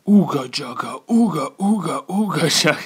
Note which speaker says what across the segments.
Speaker 1: Уга-джага, уга-джага.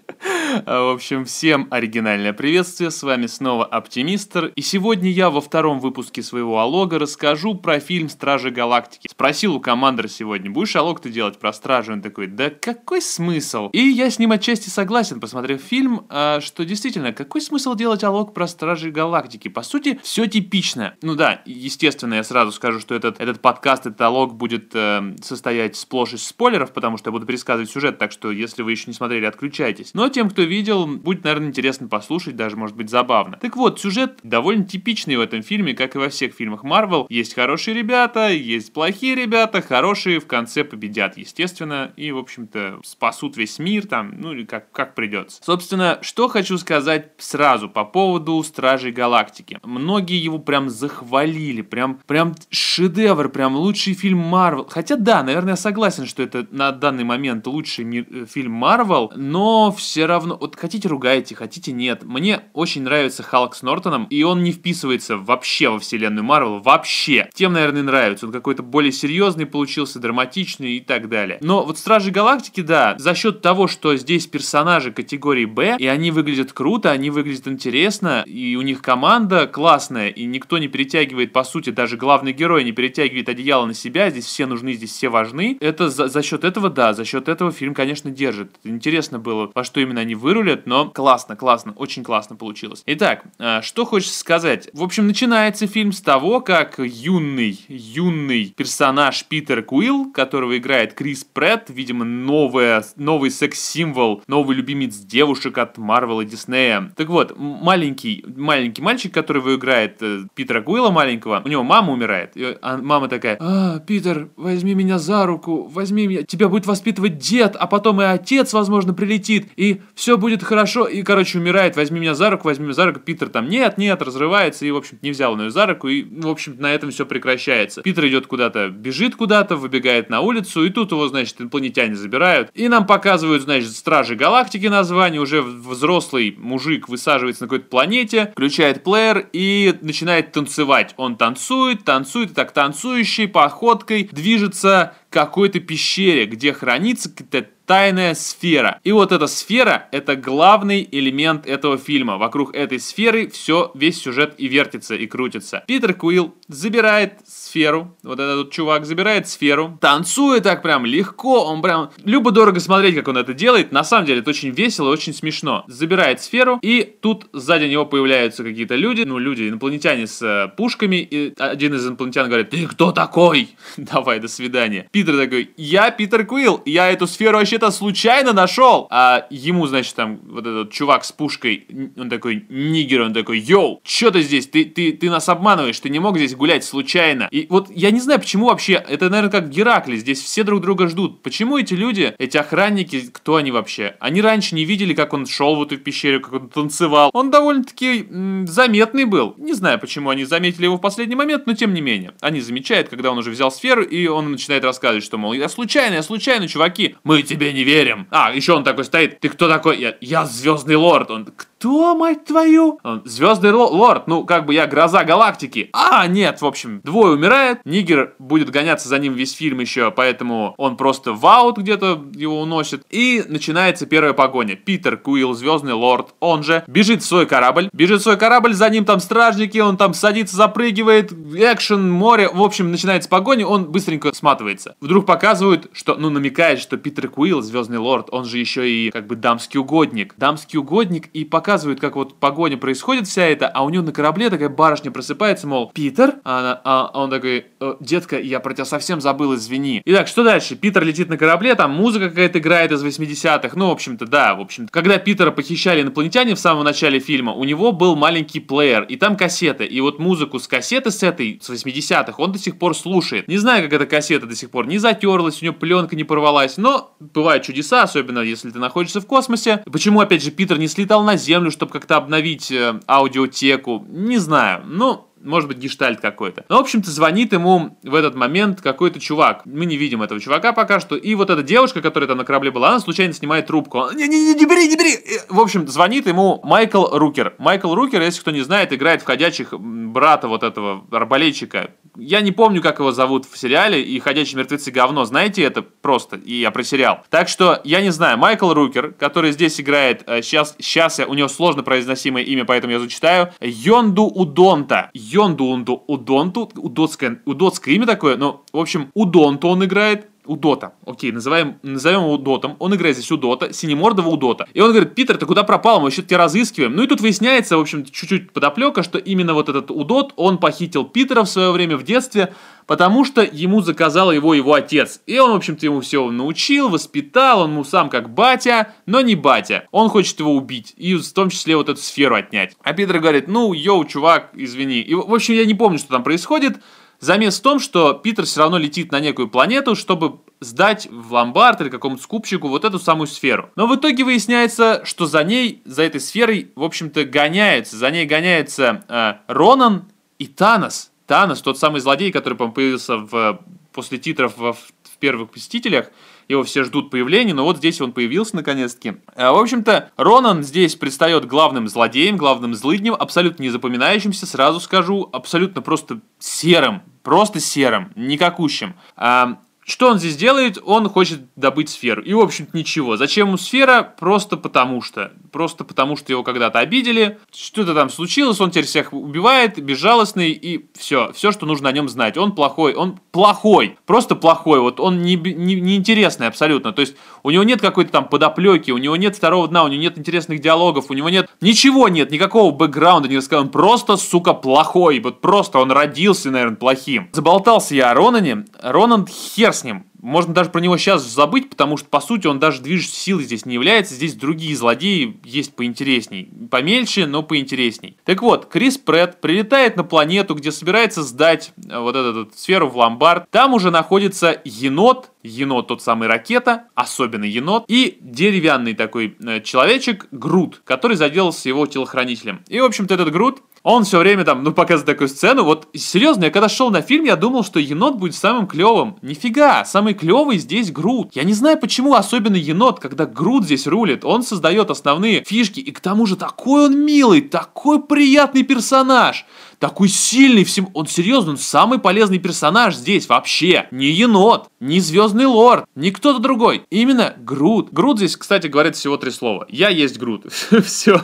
Speaker 1: В общем, всем оригинальное приветствие, с вами снова Оптимистр, и сегодня я во втором выпуске своего алога расскажу про фильм «Стражи Галактики». Спросил у командора сегодня: будешь алог-то делать про Стражи? Он такой: да какой смысл? И я с ним отчасти согласен, посмотрев фильм, что действительно, какой смысл делать алог про Стражи Галактики? По сути, все типично. Ну да, естественно, я сразу скажу, что этот подкаст, этот алог будет состоять сплошь из спойлеров, потому что я буду пересказывать сюжет, так что если вы еще не смотрели, отключайтесь. Но тем, кто видел, будет, наверное, интересно послушать, даже, может быть, забавно. Так вот, сюжет довольно типичный в этом фильме, как и во всех фильмах Marvel. Есть хорошие ребята, есть плохие ребята, хорошие в конце победят, естественно, и, в общем-то, спасут весь мир, там, ну или как придется. Собственно, что хочу сказать сразу по поводу Стражей Галактики. Многие его прям захвалили, прям шедевр, прям лучший фильм Marvel. Хотя да, наверное, я согласен, что это на данный момент лучший фильм Marvel, но все равно, вот хотите ругайте, хотите нет. Мне очень нравится Халк с Нортоном, и он не вписывается вообще во вселенную Marvel, вообще. Тем, наверное, нравится. Он какой-то более серьезный получился, драматичный и так далее. Но вот Стражи Галактики, да, за счет того, что здесь персонажи категории Б, и они выглядят круто, они выглядят интересно, и у них команда классная, и никто не перетягивает, по сути, даже главный герой не перетягивает одеяло на себя, здесь все нужны, здесь все важны. Это за счет этого, да, за счет этого фильм, конечно, держит. Интересно было, во что именно они вырулят, но классно, очень классно получилось. Итак, что хочется сказать? В общем, начинается фильм с того, как юный персонаж Питер Куилл, которого играет Крис Претт, видимо, новый секс-символ, новый любимец девушек от Марвел и Диснея. Так вот, маленький мальчик, которого играет Питера Куилла маленького, у него мама умирает, и мама такая: Питер, возьми меня за руку, возьми меня, тебя будет воспитывать дед, а потом и отец, возможно, прилетит, и все будет хорошо, и, короче, умирает, возьми меня за руку, Питер там, нет, разрывается, и, в общем-то, не взял он ее за руку, и, в общем-то, на этом все прекращается. Питер идет куда-то, бежит куда-то, выбегает на улицу, и тут его, значит, инопланетяне забирают, и нам показывают, значит, Стражи Галактики название, уже взрослый мужик высаживается на какой-то планете, включает плеер и начинает танцевать. Он танцует, и так танцующей походкой движется к какой-то пещере, где хранится какая-то тайная сфера. И вот эта сфера — это главный элемент этого фильма. Вокруг этой сферы весь сюжет и вертится, и крутится. Питер Куилл забирает сферу, вот этот чувак забирает сферу, танцует так прям легко, он прям любо-дорого смотреть, как он это делает. На самом деле это очень весело, очень смешно. Забирает сферу, и тут сзади него появляются какие-то люди, инопланетяне с пушками, и один из инопланетян говорит: ты кто такой? Давай, до свидания. Питер такой: я Питер Куилл, я эту сферу вообще-то случайно нашел. А ему, значит, там вот этот чувак с пушкой, он такой нигер, он такой: йоу, что ты здесь? Ты нас обманываешь, ты не мог здесь гулять случайно. И вот я не знаю, почему вообще, это, наверное, как Геракли, здесь все друг друга ждут. Почему эти люди, эти охранники, кто они вообще? Они раньше не видели, как он шел в эту пещеру, как он танцевал. Он довольно-таки заметный был. Не знаю, почему они заметили его в последний момент, но тем не менее. Они замечают, когда он уже взял сферу, и он начинает рассказывать, что, мол, я случайно, чуваки, мы тебе не верим. Еще он такой стоит: ты кто такой? Я Звездный Лорд. Он: кто, мать твою? Он: Звездный Лорд, я Гроза Галактики. Нет, в общем, двое умирают, нигер будет гоняться за ним весь фильм еще, поэтому он просто в аут где-то его уносит. И начинается первая погоня. Питер Куилл, Звездный Лорд, он же бежит в свой корабль, за ним там стражники, он там садится, запрыгивает, экшен, море, в общем, начинается погоня, он быстренько сматывается. Вдруг показывают, что, намекает, что Питер Куилл, Звездный Лорд, он же еще и как бы дамский угодник, и показывают, как вот погоня происходит вся эта, а у него на корабле такая барышня просыпается, мол: Питер? А он такой: детка, я про тебя совсем забыл, извини. Итак, что дальше? Питер летит на корабле, там музыка какая-то играет из 80-х, в общем-то, когда Питера похищали инопланетяне в самом начале фильма, у него был маленький плеер, и там кассеты, и вот музыку с кассеты с 80-х, он до сих пор слушает. Не знаю, как эта кассета до сих пор не затерлась, у него пленка не порвалась, но бывают чудеса, особенно если ты находишься в космосе. Почему, опять же, Питер не слетал на Землю, чтобы как-то обновить аудиотеку? Не знаю, может быть, гештальт какой-то. В общем-то, звонит ему в этот момент какой-то чувак. Мы не видим этого чувака пока что. И вот эта девушка, которая там на корабле была, она случайно снимает трубку. Не бери! В общем, звонит ему Майкл Рукер. Майкл Рукер, если кто не знает, играет в «Ходячих» брата вот этого арбалетчика. Я не помню, как его зовут в сериале, и «Ходячие мертвецы» говно. Знаете это просто? И я про сериал. Так что, я не знаю, Майкл Рукер, который здесь играет, сейчас у него сложно произносимое имя, поэтому я зачитаю. Йонду Удонта. Удотское имя такое, но, в общем, Удонту он играет. Удота. Окей, назовем его Удотом. Он играет здесь Удота, синемордого Удота. И он говорит: Питер, ты куда пропал? Мы еще тебя разыскиваем. Ну и тут выясняется, в общем, чуть-чуть подоплека, что именно вот этот Удот, он похитил Питера в свое время в детстве, потому что ему заказал его отец. И он, в общем-то, ему все научил, воспитал, он ему сам как батя, но не батя. Он хочет его убить, и в том числе вот эту сферу отнять. А Питер говорит: ну, йоу, чувак, извини. И, в общем, я не помню, что там происходит. Замес в том, что Питер все равно летит на некую планету, чтобы сдать в ломбард или какому-то скупщику вот эту самую сферу. Но в итоге выясняется, что за этой сферой, в общем-то, гоняется Ронан и Танос. Танос, тот самый злодей, который, по-моему, появился после титров в первых «Мстителях». Его все ждут появления, но вот здесь он появился наконец-таки. В общем-то, Ронан здесь предстает главным злодеем, главным злыднем, абсолютно незапоминающимся, сразу скажу, абсолютно просто серым, никакущим. Что он здесь делает? Он хочет добыть сферу. И, в общем-то, ничего. Зачем ему сфера? Просто потому что его когда-то обидели. Что-то там случилось, он теперь всех убивает, безжалостный, и все, что нужно о нем знать. Он плохой, просто плохой. Вот он неинтересный абсолютно. То есть у него нет какой-то там подоплеки, у него нет второго дна, у него нет интересных диалогов, у него нет ничего, никакого бэкграунда, не рассказал. Он просто, сука, плохой. Вот просто он родился, наверное, плохим. Заболтался я о Ронане. Ронан хер с ним. Можно даже про него сейчас забыть, потому что, по сути, он даже движущей силой здесь не является. Здесь другие злодеи есть поинтересней. Помельче, но поинтересней. Так вот, Крис Претт прилетает на планету, где собирается сдать вот эту сферу в ломбард. Там уже находится енот, тот самый Ракета, особенный енот, и деревянный такой человечек Грут, который заделался его телохранителем. И, в общем-то, этот Грут, он все время там, показывает такую сцену. Вот, серьезно, я когда шел на фильм, я думал, что енот будет самым клевым. Нифига, самый клевый здесь Грут. Я не знаю, почему особенно енот, когда Грут здесь рулит. Он создает основные фишки, и к тому же такой он милый, такой приятный персонаж. Такой сильный всем. Он серьезно, он самый полезный персонаж здесь вообще. Не енот, не Звездный Лорд, не кто-то другой. Именно Грут. Грут здесь, кстати, говорит всего 3 слова. Я есть Грут. Все,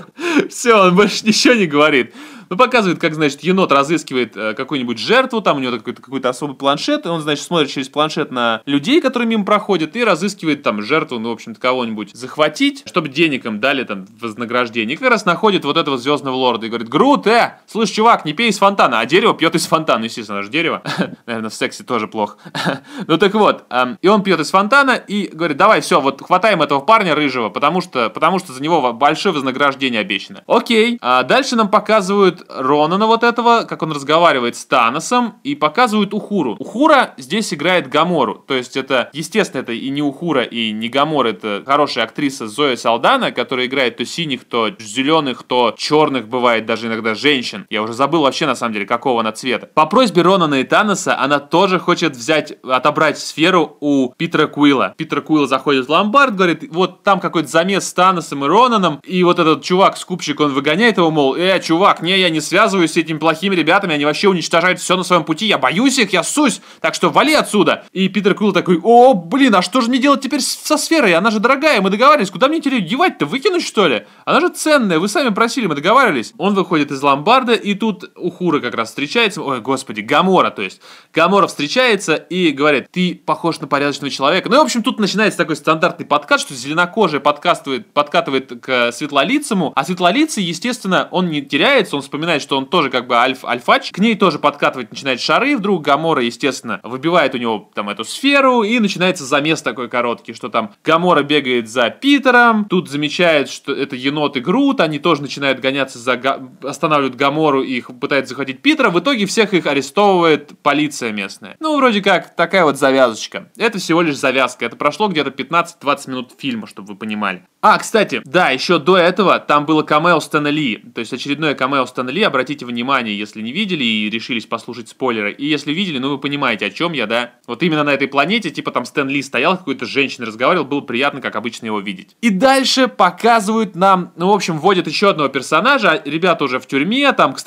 Speaker 1: он больше ничего не говорит. Показывает, как, значит, енот разыскивает какую-нибудь жертву, там у него какой-то особый планшет, и он, значит, смотрит через планшет на людей, которые мимо проходят, и разыскивает там жертву, в общем-то, кого-нибудь захватить, чтобы денег им дали там вознаграждение. И как раз находит вот этого Звездного Лорда и говорит: Грут, слышь, чувак, не пей из фонтана, а дерево пьет из фонтана. Естественно, же дерево. Наверное, в сексе тоже плохо. Ну так вот, и он пьет из фонтана и говорит: давай, все, вот хватаем этого парня рыжего, потому что за него большое вознаграждение обещано. Окей. Дальше нам показывают Ронана вот этого, как он разговаривает с Таносом, и показывают Ухуру. Ухура здесь играет Гамору, то есть это, естественно, это и не Ухура, и не Гамора, это хорошая актриса Зоя Салдана, которая играет то синих, то зеленых, то черных, бывает даже иногда женщин. Я уже забыл вообще, на самом деле, какого она цвета. По просьбе Ронана и Таноса она тоже хочет отобрать сферу у Питера Куилла. Питер Куилл заходит в ломбард, говорит: вот там какой-то замес с Таносом и Ронаном, и вот этот чувак-скупщик, он выгоняет его, мол, чувак, я не связываюсь с этими плохими ребятами, они вообще уничтожают все на своем пути, я боюсь их, я ссусь, так что вали отсюда. И Питер Куилл такой: о, блин, а что же мне делать теперь со сферой? Она же дорогая, мы договаривались, куда мне теперь девать-то, выкинуть что ли? Она же ценная, вы сами просили, мы договаривались. Он выходит из ломбарда, и тут Ухура как раз встречается, Гамора, то есть. Гамора встречается и говорит: ты похож на порядочного человека. Ну и, в общем, тут начинается такой стандартный подкат, что зеленокожий подкатывает к светлолицему, а светлолицый, естественно, он не теряется, он вспоминает, что он тоже как бы альфач, к ней тоже подкатывать начинает шары, вдруг Гамора, естественно, выбивает у него там эту сферу, и начинается замес такой короткий, что там Гамора бегает за Питером, тут замечает, что это енот и Грут, они тоже начинают гоняться останавливают Гамору и их пытаются захватить Питера, в итоге всех их арестовывает полиция местная. Ну, вроде как, такая вот завязочка. Это всего лишь завязка, это прошло где-то 15-20 минут фильма, чтобы вы понимали. Кстати, да, еще до этого там было камео Стэна Ли, то есть очередное камео Стэна Ли, обратите внимание, если не видели и решились послушать спойлеры, и если видели, вы понимаете, о чем я, да? Вот именно на этой планете, типа там Стэн Ли стоял, какой-то женщиной разговаривал, было приятно, как обычно, его видеть. И дальше показывают нам, в общем, вводят еще одного персонажа, ребята уже в тюрьме, там, кстати, появляется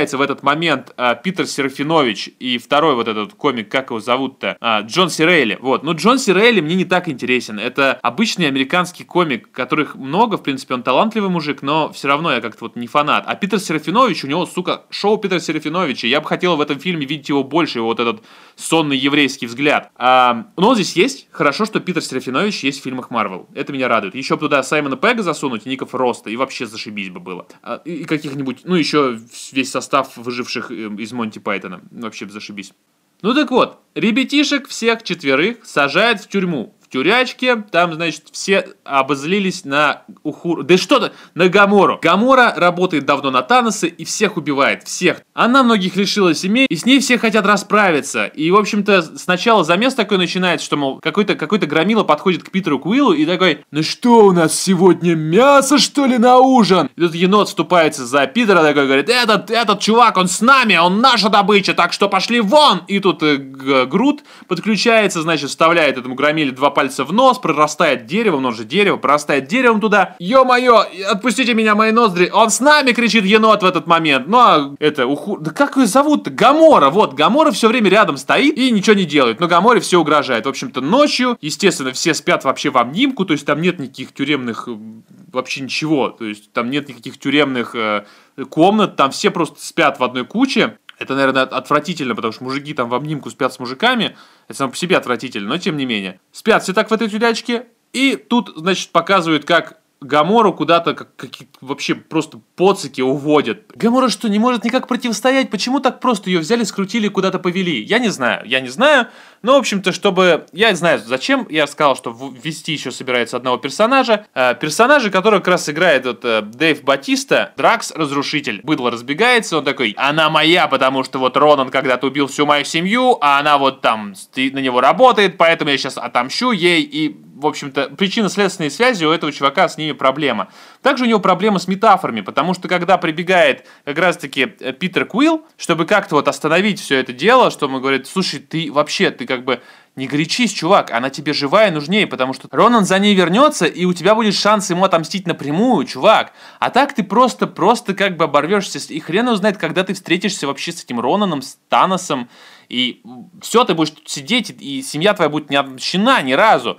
Speaker 1: появляется в этот момент Питер Серафинович и второй вот этот комик, как его зовут-то, Джон Си Рейли. Вот, но Джон Си Рейли мне не так интересен. Это обычный американский комик, которых много, в принципе, он талантливый мужик, но все равно я как-то вот не фанат. А Питер Серафинович, у него, сука, шоу Питера Серафиновича. Я бы хотел в этом фильме видеть его больше, его вот этот сонный еврейский взгляд. Но он здесь есть. Хорошо, что Питер Серафинович есть в фильмах Марвел. Это меня радует. Еще бы туда Саймона Пегга засунуть, и Ника Фроста, и вообще зашибись бы было. И каких-нибудь, ну, еще весь состав выживших из Монти Пайтона. Вообще зашибись. Ну так вот, ребятишек всех четверых сажают в тюрьму. В тюрячке, там, значит, все обозлились на Ухуру. Да что-то, на Гамору. Гамора работает давно на Таноса и всех убивает. Всех. Она многих лишила семей, и с ней все хотят расправиться. И, в общем-то, сначала замес такой начинается, что, мол, какой-то громила подходит к Питеру Куиллу и такой: ну что у нас сегодня, мясо, что ли, на ужин? И тут енот вступается за Питера, такой говорит: этот чувак, он с нами, он наша добыча, так что пошли вон! И тут Грут подключается, значит, вставляет этому громиле 2 пальца в нос, прорастает деревом, он же дерево, прорастает деревом туда. Ё-моё, отпустите меня, мои ноздри, он с нами, кричит енот в этот момент. Ну, а это, да как ее зовут-то? Гамора, вот, Гамора все время рядом стоит и ничего не делает, но Гаморе все угрожает. В общем-то, ночью, естественно, все спят вообще в обнимку, то есть там нет никаких тюремных, вообще ничего, то есть там нет никаких тюремных комнат, там все просто спят в одной куче. Это, наверное, отвратительно, потому что мужики там в обнимку спят с мужиками. Это само по себе отвратительно, но тем не менее. Спят все так в этой тюрячке. И тут, значит, показывают, как Гамору куда-то вообще просто поцики уводят. Гамора что, не может никак противостоять? Почему так просто ее взяли, скрутили и куда-то повели? Я не знаю. Но, в общем-то, чтобы... Я знаю, зачем. Я сказал, что ввести еще собирается одного персонажа. Персонажа, которого как раз играет Дэйв Батиста, Дракс Разрушитель. Быдло разбегается, он такой: она моя, потому что вот Ронан когда-то убил всю мою семью, а она вот там на него работает, поэтому я сейчас отомщу ей. И, в общем-то, причинно-следственные связи у этого чувака с ними проблема. Также у него проблема с метафорами, потому что когда прибегает как раз-таки Питер Куилл, чтобы как-то вот остановить все это дело, что он говорит: слушай, ты как бы не горячись, чувак, она тебе живая нужнее, потому что Ронан за ней вернется, и у тебя будет шанс ему отомстить напрямую, чувак. А так ты просто как бы оборвешься, и хрен его знает, когда ты встретишься вообще с этим Ронаном, с Таносом, и все, ты будешь сидеть, и семья твоя будет не отмщена ни разу.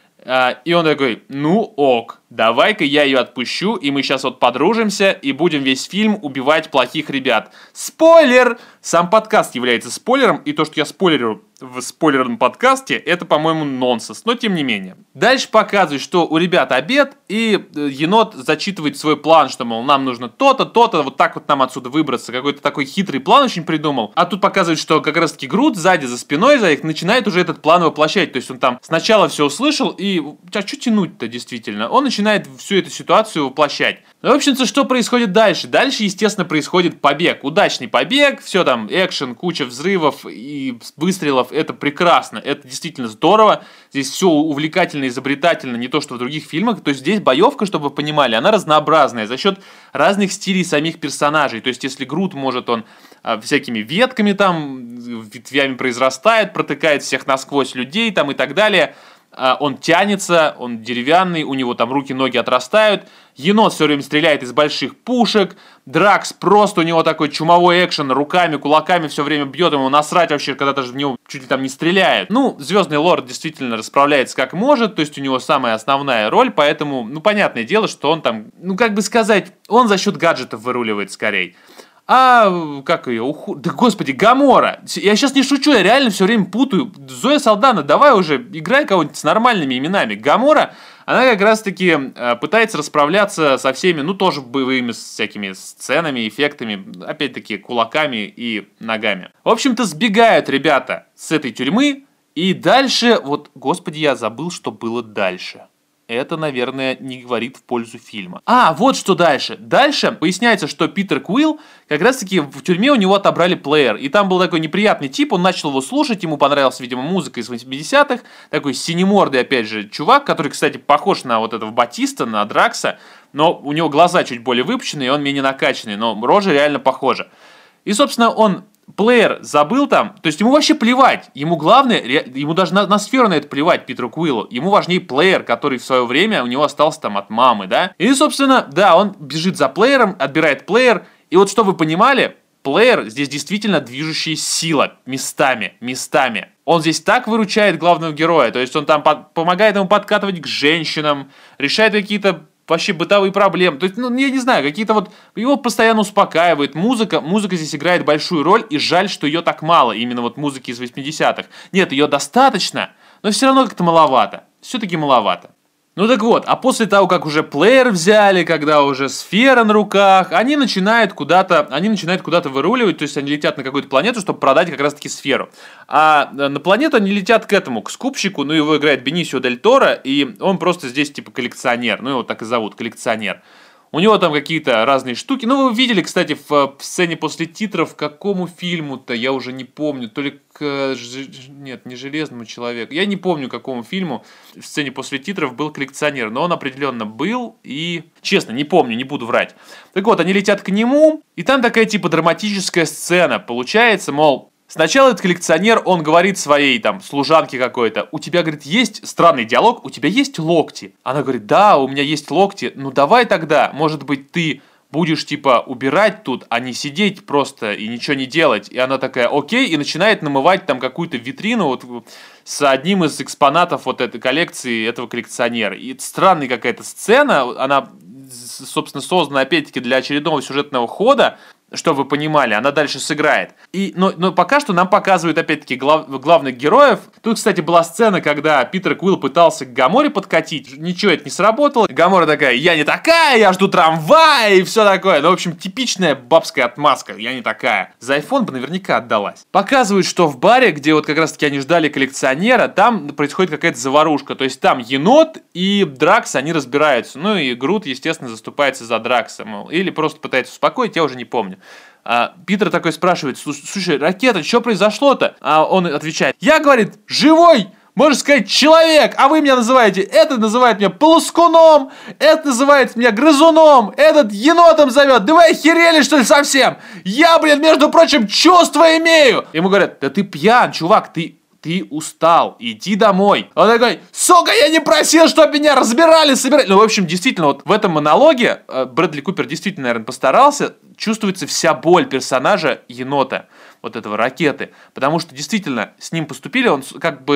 Speaker 1: И он такой: ну ок, давай-ка я ее отпущу, и мы сейчас вот подружимся, и будем весь фильм убивать плохих ребят. Спойлер! Сам подкаст является спойлером, и то, что я спойлерю в спойлерном подкасте, это, по-моему, нонсенс, но тем не менее. Дальше показывает, что у ребят обед, и енот зачитывает свой план, что, мол, нам нужно то-то, то-то, вот так вот нам отсюда выбраться. Какой-то такой хитрый план очень придумал. А тут показывает, что как раз-таки Грут сзади, за спиной за их, начинает уже этот план воплощать. То есть он там сначала все услышал, и а что тянуть-то действительно? Он начинает всю эту ситуацию воплощать. Ну, в общем-то, что происходит дальше? Дальше, естественно, происходит побег. Удачный побег, все там, экшен, куча взрывов и выстрелов. Это прекрасно, это действительно здорово. Здесь все увлекательно, изобретательно, не то, что в других фильмах. То есть здесь боевка, чтобы вы понимали, она разнообразная за счет разных стилей самих персонажей. То есть если Грут может, он всякими ветками там, ветвями произрастает, протыкает всех насквозь людей там и так далее. Он тянется, он деревянный, у него там руки-ноги отрастают. Енот все время стреляет из больших пушек. Дракс просто, у него такой чумовой экшен, руками, кулаками все время бьет, ему насрать вообще, когда даже в него чуть ли там не стреляет. Ну, Звездный Лорд действительно расправляется как может, то есть у него самая основная роль, поэтому, ну, понятное дело, что он там, ну, как бы сказать, он за счет гаджетов выруливает скорее. А как ее? Да господи, Гамора! Я сейчас не шучу, я реально все время путаю. Зоя Салдана, давай уже играй кого-нибудь с нормальными именами. Гамора, она как раз-таки пытается расправляться со всеми, ну тоже боевыми всякими сценами, эффектами, опять-таки кулаками и ногами. В общем-то, сбегают ребята с этой тюрьмы, и дальше, вот, господи, я забыл, что было дальше. Это, наверное, не говорит в пользу фильма. Вот что дальше. Дальше поясняется, что Питер Куилл, как раз-таки в тюрьме у него отобрали плеер. И там был такой неприятный тип, он начал его слушать, ему понравилась, видимо, музыка из 80-х. Такой синемордый, опять же, чувак, который, кстати, похож на вот этого Батиста, на Дракса. Но у него глаза чуть более выпущенные, и он менее накачанный, но рожа реально похожа. И, собственно, он плеер забыл там, то есть ему вообще плевать, ему главное, ему даже на сферу на это плевать, Питеру Куиллу, ему важнее плеер, который в свое время у него остался там от мамы, да, и, собственно, да, он бежит за плеером, отбирает плеер, и вот что вы понимали, плеер здесь действительно движущая сила местами. Он здесь так выручает главного героя, то есть он там помогает ему подкатывать к женщинам, решает какие-то вообще бытовые проблемы. То есть, ну, я не знаю, какие-то вот... Его постоянно успокаивает. Музыка здесь играет большую роль, и жаль, что ее так мало, именно вот музыки из 80-х. Нет, ее достаточно, но все равно как-то маловато. Все-таки маловато. Ну так вот, а после того, как уже плеер взяли, когда уже сфера на руках, они начинают куда-то выруливать, то есть они летят на какую-то планету, чтобы продать как раз-таки сферу. А на планету они летят к скупщику, ну его играет Бенисио Дель Торо, и он просто здесь типа коллекционер, ну его так и зовут, коллекционер. У него там какие-то разные штуки. Ну, вы видели, кстати, в сцене после титров, какому фильму-то, я уже не помню. То ли нет, не «Железному человеку». Я не помню, какому фильму в сцене после титров был коллекционер. Но он определенно был и... Честно, не помню, не буду врать. Так вот, они летят к нему, и там такая типа драматическая сцена. Получается, мол... Сначала этот коллекционер, он говорит своей там служанке какой-то: у тебя, говорит, есть странный диалог, у тебя есть локти? Она говорит: да, у меня есть локти, ну давай тогда, может быть, ты будешь типа убирать тут, а не сидеть просто и ничего не делать. И она такая: окей, и начинает намывать там какую-то витрину вот с одним из экспонатов вот этой коллекции этого коллекционера. И странная какая-то сцена, она, собственно, создана опять-таки для очередного сюжетного хода, чтобы вы понимали, она дальше сыграет. Но пока что нам показывают, опять-таки, главных героев. Тут, кстати, была сцена, когда Питер Квилл пытался к Гаморе подкатить. Ничего это не сработало. Гамора такая: я не такая, я жду трамвая и все такое. Ну, в общем, типичная бабская отмазка. Я не такая. За iPhone бы наверняка отдалась. Показывают, что в баре, где вот как раз-таки они ждали коллекционера, там происходит какая-то заварушка. То есть там енот и Дракс, они разбираются. Ну и Грут, естественно, заступается за Дракса, мол. Или просто пытается успокоить, я уже не помню. Питер такой спрашивает: слушай, Ракета, что произошло-то? А он отвечает: я, говорит, живой, можно сказать, человек, а вы меня называете, это называет меня полоскуном, это называет меня грызуном, этот енотом зовет. Да вы охерели, что ли, совсем? Я, блин, между прочим, чувства имею. Ему говорят: да ты пьян, чувак, ты устал, иди домой. Он такой: сука, я не просил, чтобы меня разбирали, собирали. Ну, в общем, действительно, вот в этом монологе Брэдли Купер действительно, наверное, постарался. Чувствуется вся боль персонажа енота, вот этого Ракеты. Потому что, действительно, с ним поступили, он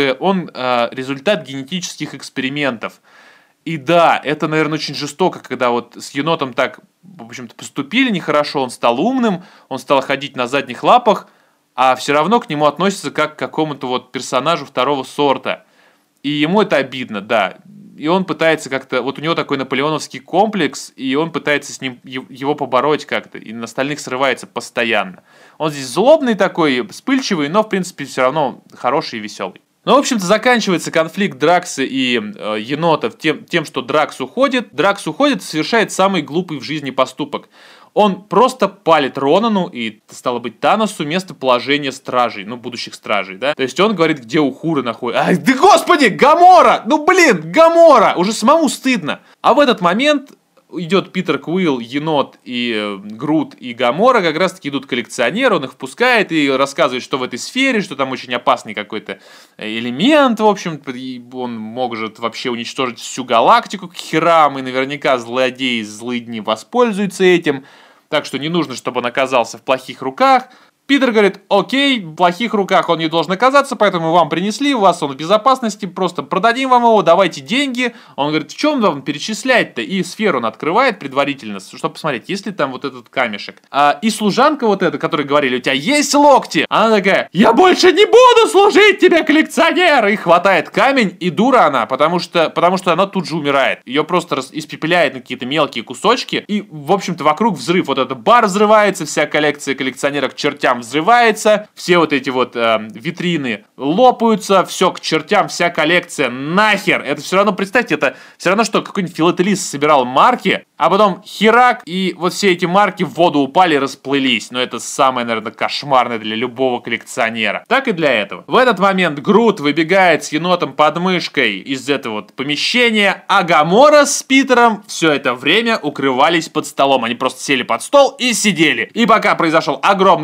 Speaker 1: результат генетических экспериментов. И да, это, наверное, очень жестоко, когда вот с енотом так, в общем-то, поступили нехорошо, он стал умным, он стал ходить на задних лапах, а все равно к нему относятся как к какому-то вот персонажу второго сорта. И ему это обидно, да. И он пытается как-то... Вот у него такой наполеоновский комплекс, и он пытается с ним его побороть как-то, и на остальных срывается постоянно. Он здесь злобный такой, вспыльчивый, но, в принципе, все равно хороший и веселый. Ну, в общем-то, заканчивается конфликт Дракса и енота тем, что Дракс уходит. Дракс уходит и совершает самый глупый в жизни поступок. Он просто палит Ронану и, стало быть, Таносу местоположение стражей, ну, будущих стражей, да? То есть он говорит, где Ухура находится. Да господи, Гамора! Ну, блин, Гамора! Уже самому стыдно. А в этот момент идет Питер Квилл, енот и Грут и Гамора, как раз таки идут коллекционеры, он их впускает и рассказывает, что в этой сфере, что там очень опасный какой-то элемент, в общем, он может вообще уничтожить всю галактику к херам, и наверняка злодеи, злыдни воспользуются этим, так что не нужно, чтобы он оказался в плохих руках. Питер говорит: окей, в плохих руках он не должен оказаться, поэтому вам принесли, у вас он в безопасности, просто продадим вам его, давайте деньги. Он говорит: в чем вам перечислять-то? И сферу он открывает предварительно, чтобы посмотреть, есть ли там вот этот камешек. И служанка вот эта, которой говорили: у тебя есть локти? Она такая: я больше не буду служить тебе, коллекционер! И хватает камень, и дура она, потому что она тут же умирает. Ее просто испепеляет на какие-то мелкие кусочки, и, в общем-то, вокруг взрыв. Вот этот бар взрывается, вся коллекция коллекционера к чертям взрывается, все вот эти вот витрины лопаются, все к чертям, вся коллекция нахер. Это все равно, представьте, это все равно, что какой-нибудь филателист собирал марки, а потом херак, и вот все эти марки в воду упали и расплылись. Но это самое, наверное, кошмарное для любого коллекционера. Так и для этого. В этот момент Грут выбегает с енотом под мышкой из этого вот помещения, а Гамора с Питером все это время укрывались под столом. Они просто сели под стол и сидели. И пока произошел огромный взрыв, когда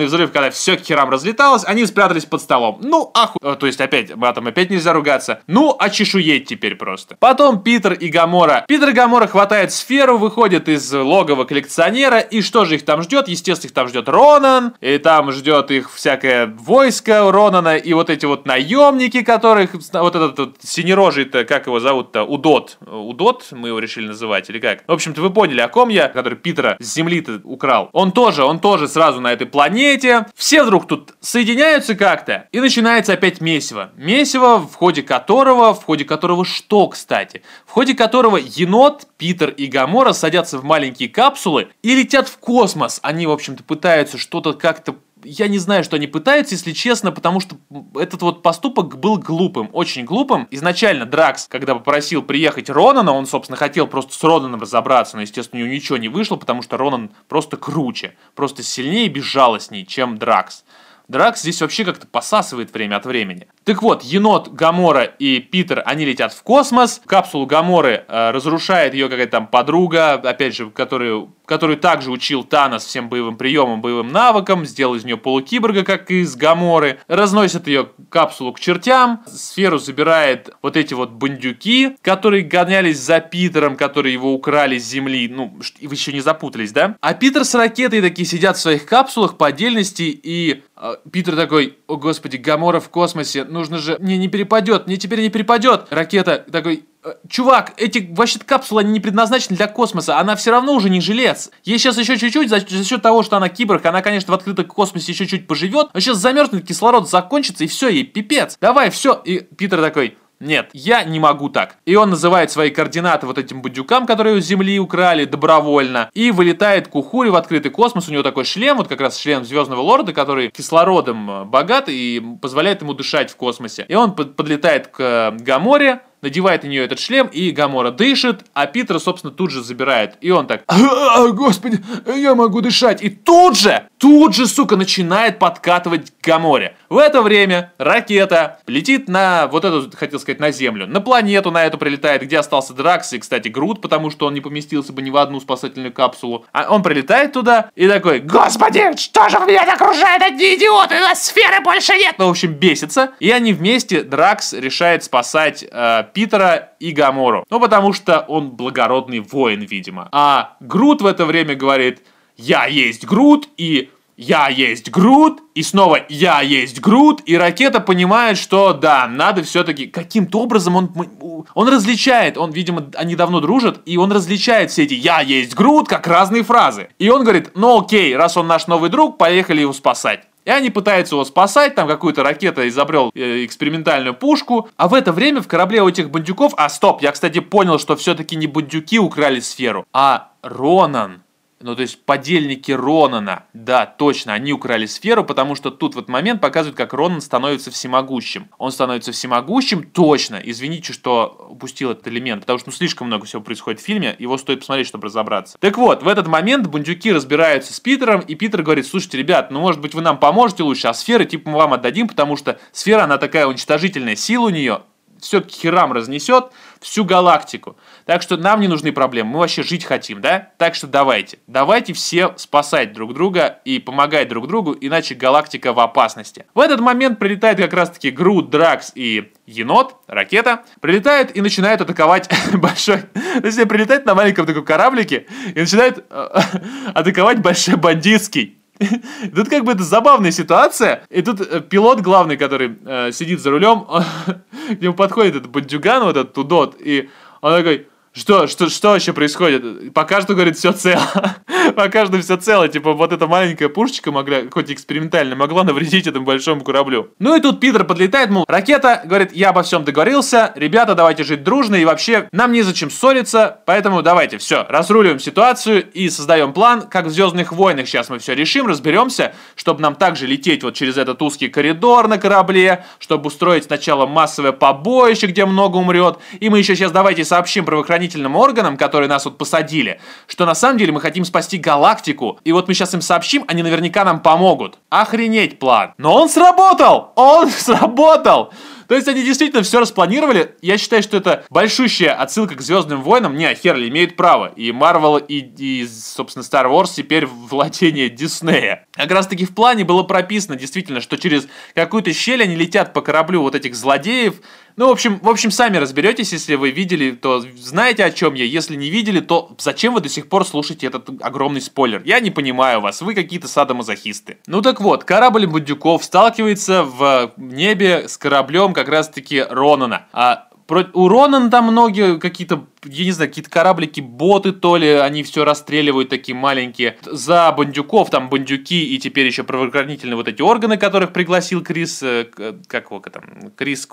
Speaker 1: когда все к херам разлеталось, они спрятались под столом. Ну, то есть опять, матом опять нельзя ругаться. Ну, очешуеть теперь просто. Потом Питер и Гамора хватают сферу, выходят из логова коллекционера, и что же их там ждет? Естественно, их там ждет Ронан, и там ждет их всякое войско Ронана, и вот эти вот наемники, которых, вот этот вот синерожий-то, как его зовут-то, Удот мы его решили называть, или как? В общем-то, вы поняли, о ком я, который Питера с земли-то украл. Он тоже сразу на этой планете. Все вдруг тут соединяются как-то, и начинается опять месиво. Месиво, в ходе которого что, кстати? В ходе которого енот, Питер и Гамора садятся в маленькие капсулы и летят в космос. Они, в общем-то, пытаются что-то как-то... Я не знаю, что они пытаются, если честно, потому что этот вот поступок был глупым, очень глупым. Изначально Дракс, когда попросил приехать Ронана, он, собственно, хотел просто с Ронаном разобраться, но, естественно, у него ничего не вышло, потому что Ронан просто круче, просто сильнее и безжалостнее, чем Дракс. Дракс здесь вообще как-то посасывает время от времени. Так вот, енот, Гамора и Питер, они летят в космос. Капсулу Гаморы разрушает ее какая-то там подруга, опять же, которую также учил Танос всем боевым приемам, боевым навыкам, сделал из нее полукиборга, как и из Гаморы. Разносит ее капсулу к чертям. Сферу забирает вот эти вот бандюки, которые гонялись за Питером, которые его украли с земли. Ну, вы еще не запутались, да? А Питер с ракетой такие сидят в своих капсулах по отдельности, и Питер такой: о господи, Гамора в космосе, нужно же, мне теперь не перепадет. Ракета такой: чувак, эти вообще-то капсулы, они не предназначены для космоса, она все равно уже не жилец. Ей сейчас еще чуть-чуть, за счет того, что она киборг, она, конечно, в открытом космосе еще чуть поживет, но сейчас замерзнет, кислород закончится, и все, ей пипец. Давай, все. И Питер такой: нет, я не могу так. И он называет свои координаты вот этим бандюкам, которые у Земли украли добровольно, и вылетает к Ухуре в открытый космос. У него такой шлем, вот как раз шлем Звездного Лорда, который кислородом богат и позволяет ему дышать в космосе. И он подлетает к Гаморе, надевает на нее этот шлем, и Гамора дышит, а Питера, собственно, тут же забирает. И он так: господи, я могу дышать. И тут же, сука, начинает подкатывать к Гаморе. В это время ракета летит на, вот эту, хотел сказать, на Землю. На планету на эту прилетает, где остался Дракс и, кстати, Грут, потому что он не поместился бы ни в одну спасательную капсулу. А он прилетает туда и такой: господи, что же меня окружают одни идиоты, у нас сферы больше нет. Ну, в общем, бесится. И они вместе, Дракс решает спасать Питера и Гамору. Ну, потому что он благородный воин, видимо. А Грут в это время говорит: я есть Грут, и я есть Грут, и снова я есть Грут, и ракета понимает, что да, надо все-таки каким-то образом он различает, видимо, они давно дружат, и он различает все эти я есть Грут как разные фразы. И он говорит: ну окей, раз он наш новый друг, поехали его спасать. И они пытаются его спасать, там какую-то ракета изобрел экспериментальную пушку. А в это время в корабле у этих бандюков... стоп, я, кстати, понял, что все-таки не бандюки украли сферу, а Ронан. Ну, то есть, подельники Ронана. Да, точно, они украли сферу, потому что тут в этот момент показывают, как Ронан становится всемогущим. Он становится всемогущим, точно. Извините, что упустил этот элемент, потому что слишком много всего происходит в фильме, его стоит посмотреть, чтобы разобраться. Так вот, в этот момент бандюки разбираются с Питером, и Питер говорит: слушайте, ребят, ну, может быть, вы нам поможете лучше, а сферы, типа, мы вам отдадим, потому что сфера, она такая уничтожительная, сила у нее все к херам разнесет всю галактику. Так что нам не нужны проблемы, мы вообще жить хотим, да? Так что давайте все спасать друг друга и помогать друг другу, иначе галактика в опасности. В этот момент прилетает как раз-таки Грут, Дракс и енот, ракета, прилетают и начинают атаковать большой... То есть прилетает на маленьком таком кораблике и начинает атаковать большой бандитский. Тут как бы это забавная ситуация. И тут пилот главный, который сидит за рулем, к нему подходит этот бандюган, вот этот Удот, и он такой: что вообще происходит? По каждому, говорит, все цело. По каждому все цело. Типа, вот эта маленькая пушечка могла, хоть экспериментально, могла навредить этому большому кораблю. Ну и тут Питер подлетает, мол, ракета, говорит: я обо всем договорился, ребята, давайте жить дружно, и вообще нам незачем ссориться, поэтому давайте, все, разруливаем ситуацию и создаем план, как в «Звездных войнах». Сейчас мы все решим, разберемся, чтобы нам также лететь вот через этот узкий коридор на корабле, чтобы устроить сначала массовое побоище, где много умрет, и мы еще сейчас давайте сообщим правоохранительным органам, которые нас вот посадили, что на самом деле мы хотим спасти галактику, и вот мы сейчас им сообщим, они наверняка нам помогут. Охренеть план. Но он сработал! Он сработал! То есть они действительно все распланировали. Я считаю, что это большущая отсылка к «Звездным войнам». Не, херли имеют право. И Marvel, и собственно, Star Wars теперь владение Диснея. Как раз таки в плане было прописано действительно, что через какую-то щель они летят по кораблю вот этих злодеев. Ну, в общем, сами разберетесь, если вы видели, то знаете, о чем я. Если не видели, то зачем вы до сих пор слушаете этот огромный спойлер? Я не понимаю вас, вы какие-то садомазохисты. Ну так вот, корабль бандюков сталкивается в небе с кораблем как раз таки Ронана. У Ронана там многие какие-то, я не знаю, какие-то кораблики-боты, то ли, они все расстреливают такие маленькие. За бандюков, там бандюки и теперь еще правоохранительные вот эти органы, которых пригласил Крис, как его там, Крис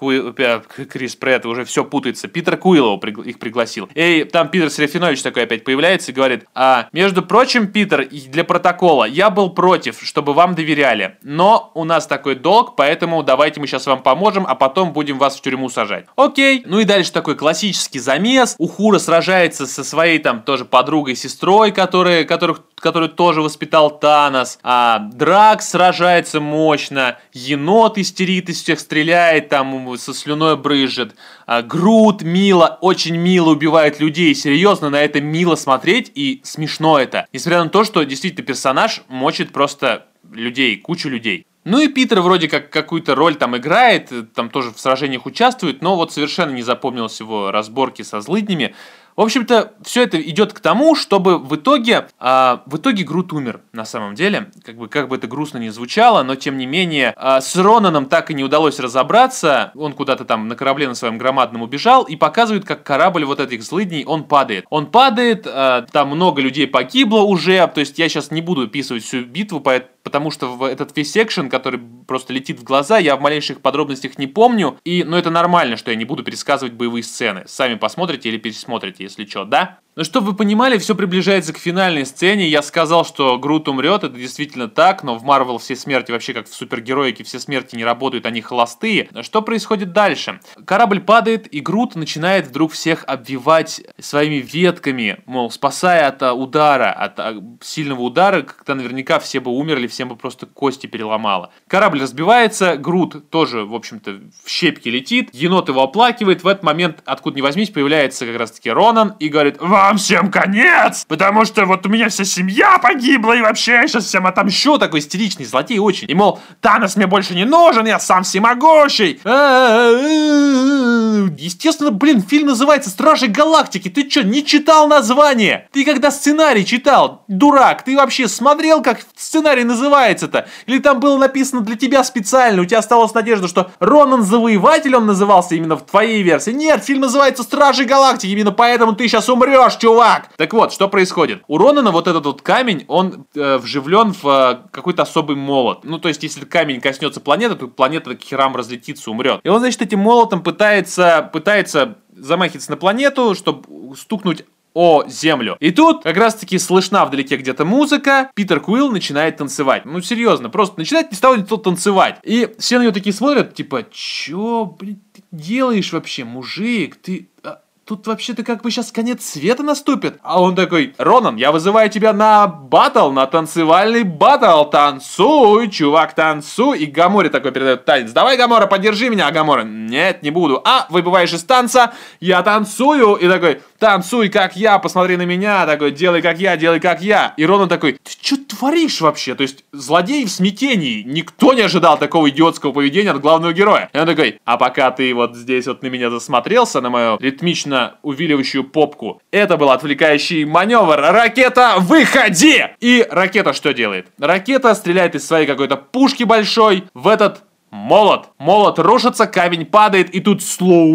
Speaker 1: Претт, уже все путается, Питер Куиллоу их пригласил. И там Питер Серафинович такой опять появляется и говорит: между прочим, Питер, для протокола, я был против, чтобы вам доверяли, но у нас такой долг, поэтому давайте мы сейчас вам поможем, а потом будем вас в тюрьму сажать. Окей. Ну и дальше такой классический замес. Ухура сражается со своей там тоже подругой, сестрой, которую тоже воспитал Танос. Дракс сражается мощно. Енот истерит, из всех стреляет, там со слюной брызжет. Грут мило, очень мило убивает людей. Серьезно, на это мило смотреть и смешно это. Несмотря на то, что действительно персонаж мочит просто людей, кучу людей. Ну и Питер вроде как какую-то роль там играет, там тоже в сражениях участвует, но вот совершенно не запомнилось его разборки со злыднями. В общем-то, все это идет к тому, чтобы в итоге Грут умер, на самом деле. Как бы это грустно ни звучало, но тем не менее, с Ронаном так и не удалось разобраться. Он куда-то там на корабле на своем громадном убежал и показывает, как корабль вот этих злыдней, он падает. Он падает, там много людей погибло уже, то есть я сейчас не буду описывать всю битву, потому что этот весь экшен, который просто летит в глаза, я в малейших подробностях не помню. Но это нормально, что я не буду пересказывать боевые сцены. Сами посмотрите или пересмотрите, если что, да? Но чтобы вы понимали, все приближается к финальной сцене. Я сказал, что Грут умрет, это действительно так, но в Марвел все смерти, вообще как в супергероике, все смерти не работают, они холостые. Что происходит дальше? Корабль падает, и Грут начинает вдруг всех обвивать своими ветками, мол, спасая от удара, от сильного удара, когда наверняка все бы умерли, всем бы просто кости переломало. Корабль разбивается, Грут тоже, в общем-то, в щепки летит, енот его оплакивает. В этот момент, откуда ни возьмись, появляется как раз-таки Ронан и говорит: вам всем конец, потому что вот у меня вся семья погибла, и вообще я сейчас всем отомщу. Такой истеричный злодей очень. И мол, Танос мне больше не нужен, я сам всемогущий. Естественно, фильм называется «Стражи Галактики». Ты что, не читал название? Ты когда сценарий читал, дурак, ты вообще смотрел, как сценарий называется-то? Или там было написано для тебя специально? У тебя осталась надежда, что Ронан Завоеватель он назывался именно в твоей версии? Нет, фильм называется «Стражи Галактики», именно поэтому ты сейчас умрешь, чувак! Так вот, что происходит? У Ронана вот этот вот камень, он вживлен в какой-то особый молот. Ну, то есть, если камень коснется планеты, то планета к херам разлетится, умрет. И он, значит, этим молотом пытается замахиваться на планету, чтобы стукнуть о землю. И тут как раз-таки слышна вдалеке где-то музыка. Питер Куилл начинает танцевать. Ну, серьезно, просто начинает ни с того ни с того танцевать. И все на него такие смотрят, типа, чё, блин, ты делаешь вообще, мужик? Тут вообще-то как бы сейчас конец света наступит. А он такой: Ронан, я вызываю тебя на баттл, на танцевальный баттл. Танцуй, чувак, танцуй. И Гаморе такой передает танец. Давай, Гамора, поддержи меня. А Гамора: нет, не буду. Выбываешь из танца, я танцую. И такой: танцуй, как я, посмотри на меня. Такой: делай, как я, делай, как я. И Ронан такой: ты что творишь вообще? То есть злодей в смятении. Никто не ожидал такого идиотского поведения от главного героя. И он такой: а пока ты вот здесь вот на меня засмотрелся, на мою ритмично увиливающую попку, это был отвлекающий маневр. Ракета, выходи! И ракета что делает? Ракета стреляет из своей какой-то пушки большой в этот молот. Молот рушится, камень падает, и тут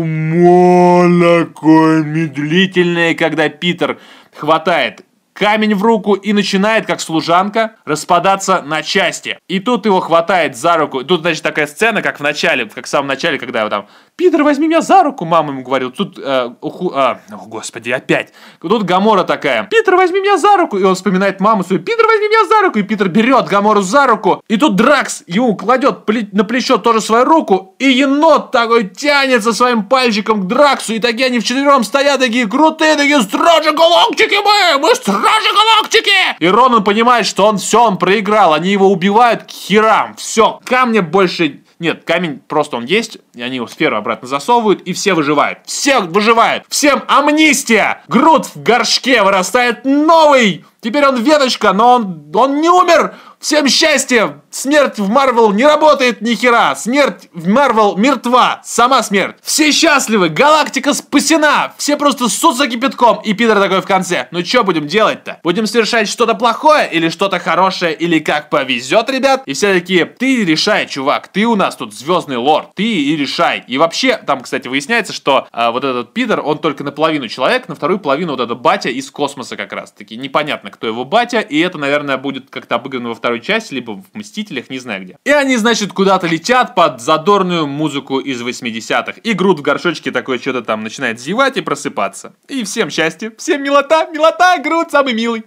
Speaker 1: слоумо такое медлительное, когда Питер хватает камень в руку и начинает, как служанка, распадаться на части. И тут его хватает за руку. Тут, значит, такая сцена, как в самом начале, когда его там: Питер, возьми меня за руку, мама ему говорила. Тут, господи, опять. Тут Гамора такая: Питер, возьми меня за руку. И он вспоминает маму свою: Питер, возьми меня за руку. И Питер берет Гамору за руку. И тут Дракс ему кладет на плечо тоже свою руку. И енот такой тянется своим пальчиком к Драксу. И такие они вчетвером стоят, такие крутые, такие: Стражи Галактики мы Стражи Галактики! И Ронан понимает, что он проиграл. Они его убивают к херам. Все, камня больше... Нет, камень просто он есть, и они его в сферу обратно засовывают, и все выживают. Все выживают. Всем амнистия. Грут в горшке вырастает новый. Теперь он веточка, но он не умер. Всем счастья! Смерть в Марвел не работает ни хера! Смерть в Марвел мертва! Сама смерть! Все счастливы! Галактика спасена! Все просто ссутся кипятком! И Питер такой в конце. Ну что будем делать-то? Будем совершать что-то плохое или что-то хорошее? Или как повезет, ребят? И все такие, ты решай, чувак, ты у нас тут звездный лорд, ты и решай. И вообще, там, кстати, выясняется, что вот этот Питер, он только наполовину человек, на вторую половину вот этот батя из космоса как раз таки. Непонятно, кто его батя, и это, наверное, будет как-то обыграно во второй части, либо в Мстителях, не знаю где. И они, значит, куда-то летят под задорную музыку из 80-х. И Грут в горшочке такой что-то там начинает зевать и просыпаться. И всем счастье, всем милота, милота, Грут самый милый.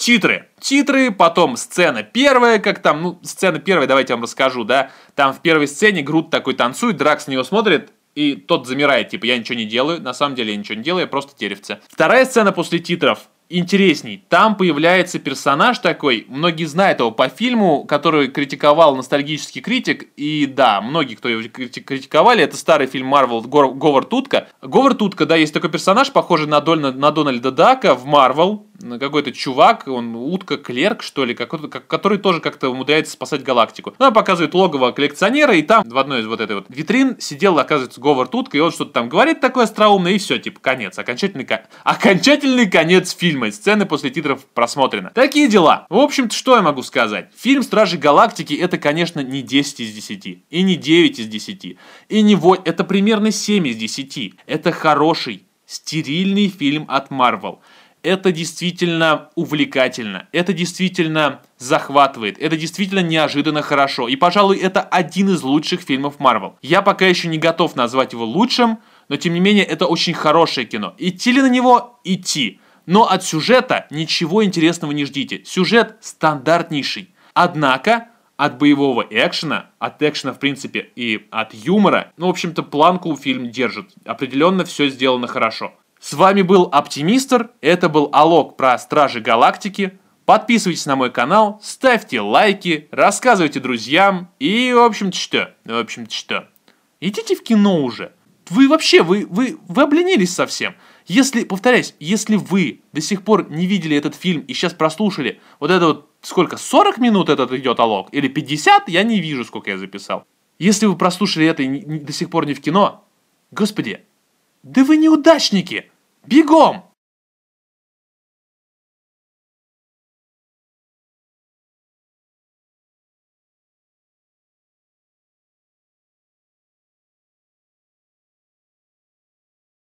Speaker 1: Титры, потом сцена первая, как там, ну, сцена первая, давайте я вам расскажу, да. Там в первой сцене Грут такой танцует, Дракс на него смотрит, и тот замирает, типа, я ничего не делаю, на самом деле я ничего не делаю, я просто деревце. Вторая сцена после титров интересней. Там появляется персонаж такой, многие знают его по фильму, который критиковал ностальгический критик, и да, многие, кто его критиковали, это старый фильм Марвел Говард Утка. Говард Утка, да, есть такой персонаж, похожий на Дональда Дака в Марвел, какой-то чувак, он утка-клерк, что ли, который тоже как-то умудряется спасать галактику. Ну, он показывает логово коллекционера, и там в одной из вот этой вот витрин сидел, оказывается, Говард Утка, и он что-то там говорит такое остроумное, и все, типа, конец. Окончательный конец фильма. Сцены после титров просмотрено. Такие дела. В общем-то, что я могу сказать? Фильм «Стражи Галактики» это, конечно, не 10 из 10, и не 9 из 10, и не 8, это примерно 7 из 10. Это хороший, стерильный фильм от Marvel. Это действительно увлекательно, это действительно захватывает, это действительно неожиданно хорошо. И, пожалуй, это один из лучших фильмов Marvel. Я пока еще не готов назвать его лучшим, но, тем не менее, это очень хорошее кино. Идти ли на него? Идти. Но от сюжета ничего интересного не ждите. Сюжет стандартнейший. Однако, от боевого экшена, от экшена, в принципе, и от юмора, ну, в общем-то, планку фильм держит. Определенно все сделано хорошо. С вами был Оптимистр, это был Алок про Стражи Галактики. Подписывайтесь на мой канал, ставьте лайки, рассказывайте друзьям и, в общем-то, что? Идите в кино уже. Вы вообще, вы обленились совсем. Повторяюсь, если вы до сих пор не видели этот фильм и сейчас прослушали вот это вот, сколько, 40 минут этот идет Алок? Или 50? Я не вижу, сколько я записал. Если вы прослушали это и до сих пор не в кино, господи, да вы неудачники! Бегом!